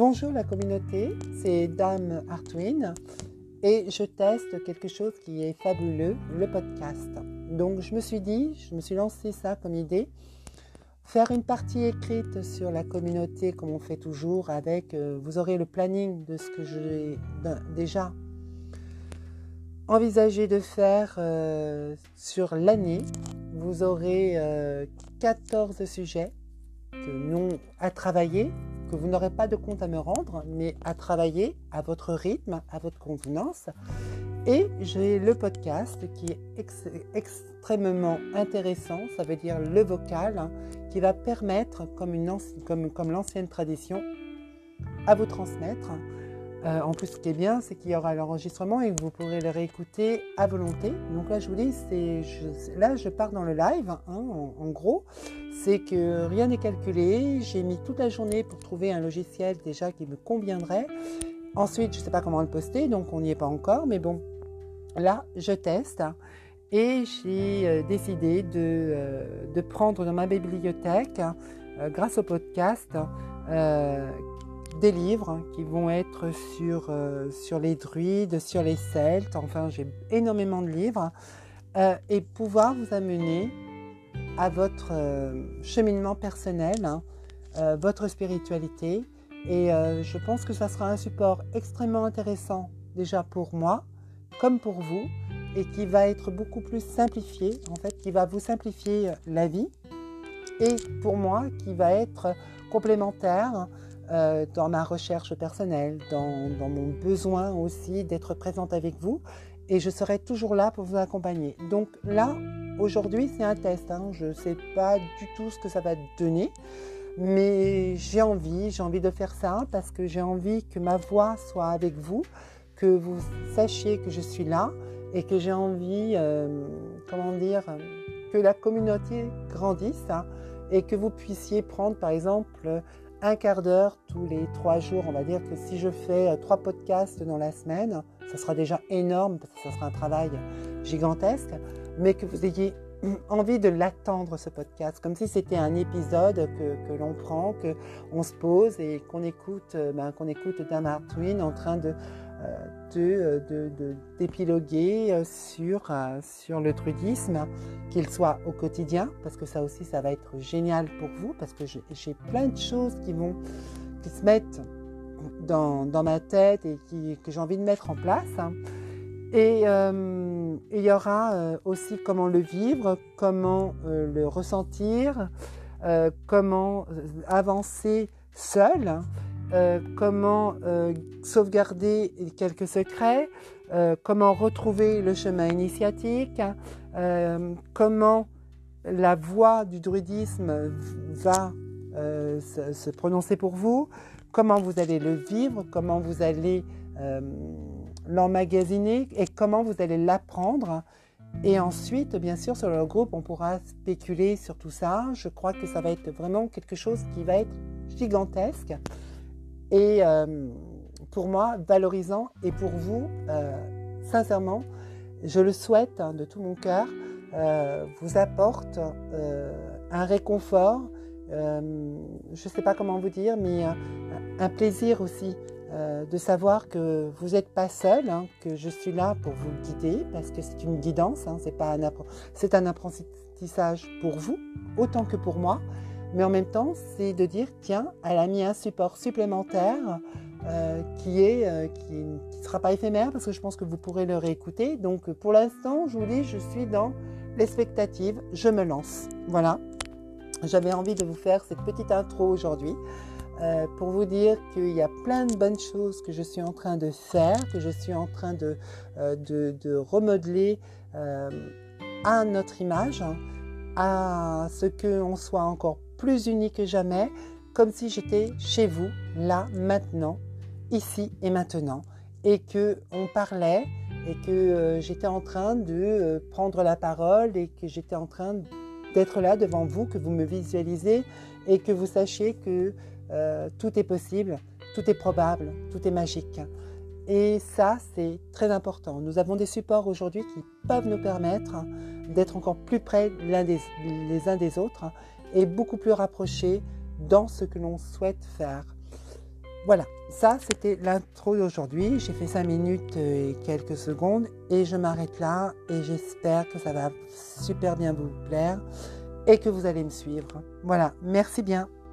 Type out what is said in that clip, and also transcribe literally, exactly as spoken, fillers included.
Bonjour la communauté, c'est Dame Artwin et je teste quelque chose qui est fabuleux, le podcast. Donc je me suis dit, je me suis lancé ça comme idée, faire une partie écrite sur la communauté comme on fait toujours avec, euh, vous aurez le planning de ce que j'ai déjà envisagé de faire euh, sur l'année. Vous aurez euh, quatorze sujets que nous à travailler, que vous n'aurez pas de compte à me rendre, mais à travailler à votre rythme, à votre convenance. Et j'ai le podcast qui est ex- extrêmement intéressant, ça veut dire le vocal, hein, qui va permettre, comme, une anci- comme, comme l'ancienne tradition, à vous transmettre. Euh, en plus, ce qui est bien, c'est qu'il y aura l'enregistrement et que vous pourrez le réécouter à volonté. Donc là, je vous dis, c'est, je, là, je pars dans le live, hein, en, en gros. C'est que rien n'est calculé. J'ai mis toute la journée pour trouver un logiciel déjà qui me conviendrait. Ensuite, je ne sais pas comment le poster, donc on n'y est pas encore. Mais bon, là, je teste. Et j'ai euh, décidé de, euh, de prendre dans ma bibliothèque, euh, grâce au podcast, euh, des livres qui vont être sur, euh, sur les druides, sur les celtes, enfin j'ai énormément de livres, euh, et pouvoir vous amener à votre euh, cheminement personnel, hein, euh, votre spiritualité, et euh, je pense que ça sera un support extrêmement intéressant déjà pour moi, comme pour vous, et qui va être beaucoup plus simplifié, en fait, qui va vous simplifier la vie, et pour moi, qui va être complémentaire Euh, dans ma recherche personnelle, dans, dans mon besoin aussi d'être présente avec vous, et je serai toujours là pour vous accompagner. Donc là, aujourd'hui, c'est un test, hein. Je ne sais pas du tout ce que ça va donner, mais j'ai envie, j'ai envie de faire ça parce que j'ai envie que ma voix soit avec vous, que vous sachiez que je suis là et que j'ai envie, euh, comment dire, que la communauté grandisse, hein, et que vous puissiez prendre par exemple un quart d'heure tous les trois jours. On va dire que si je fais euh, trois podcasts dans la semaine, ça sera déjà énorme parce que ça sera un travail gigantesque, mais que vous ayez envie de l'attendre, ce podcast, comme si c'était un épisode que, que l'on prend, qu'on se pose et qu'on écoute, euh, ben, qu'on écoute Dame Artwin en train de, euh, de, de, de, d'épiloguer sur, euh, sur le druidisme, qu'il soit au quotidien, parce que ça aussi, ça va être génial pour vous, parce que je, j'ai plein de choses qui vont qui se mettent dans, dans ma tête et qui, que j'ai envie de mettre en place. Et euh, il y aura euh, aussi comment le vivre, comment euh, le ressentir, euh, comment avancer seul, euh, comment euh, sauvegarder quelques secrets, euh, comment retrouver le chemin initiatique, euh, comment la voix du druidisme va euh, se, se prononcer pour vous, comment vous allez le vivre, comment vous allez euh, l'emmagasiner et comment vous allez l'apprendre. Et ensuite, bien sûr, sur le groupe, on pourra spéculer sur tout ça. Je crois que ça va être vraiment quelque chose qui va être gigantesque et euh, pour moi, valorisant. Et pour vous, euh, sincèrement, je le souhaite hein, de tout mon cœur, euh, vous apporte euh, un réconfort, euh, je ne sais pas comment vous dire, mais un, un plaisir aussi euh, de savoir que vous n'êtes pas seul, hein, que je suis là pour vous guider, parce que c'est une guidance, hein, c'est pas un, c'est un apprentissage pour vous, autant que pour moi, mais en même temps, c'est de dire, tiens, elle a mis un support supplémentaire euh, qui est, euh, qui ne sera pas éphémère, parce que je pense que vous pourrez le réécouter. Donc, pour l'instant, je vous dis, je suis dans l'expectative, je me lance. Voilà, j'avais envie de vous faire cette petite intro aujourd'hui euh, pour vous dire qu'il y a plein de bonnes choses que je suis en train de faire, que je suis en train de, euh, de, de remodeler euh, à notre image, à ce qu'on soit encore plus unis que jamais, comme si j'étais chez vous, là, maintenant, ici et maintenant, et qu'on parlait, et que euh, j'étais en train de euh, prendre la parole, et que j'étais en train d'être là devant vous, que vous me visualisez, et que vous sachiez que euh, tout est possible, tout est probable, tout est magique. Et ça, c'est très important. Nous avons des supports aujourd'hui qui peuvent nous permettre d'être encore plus près l'un des, les uns des autres et beaucoup plus rapprochés dans ce que l'on souhaite faire. Voilà, ça c'était l'intro d'aujourd'hui. J'ai fait cinq minutes et quelques secondes et je m'arrête là et j'espère que ça va super bien vous plaire et que vous allez me suivre. Voilà, merci bien.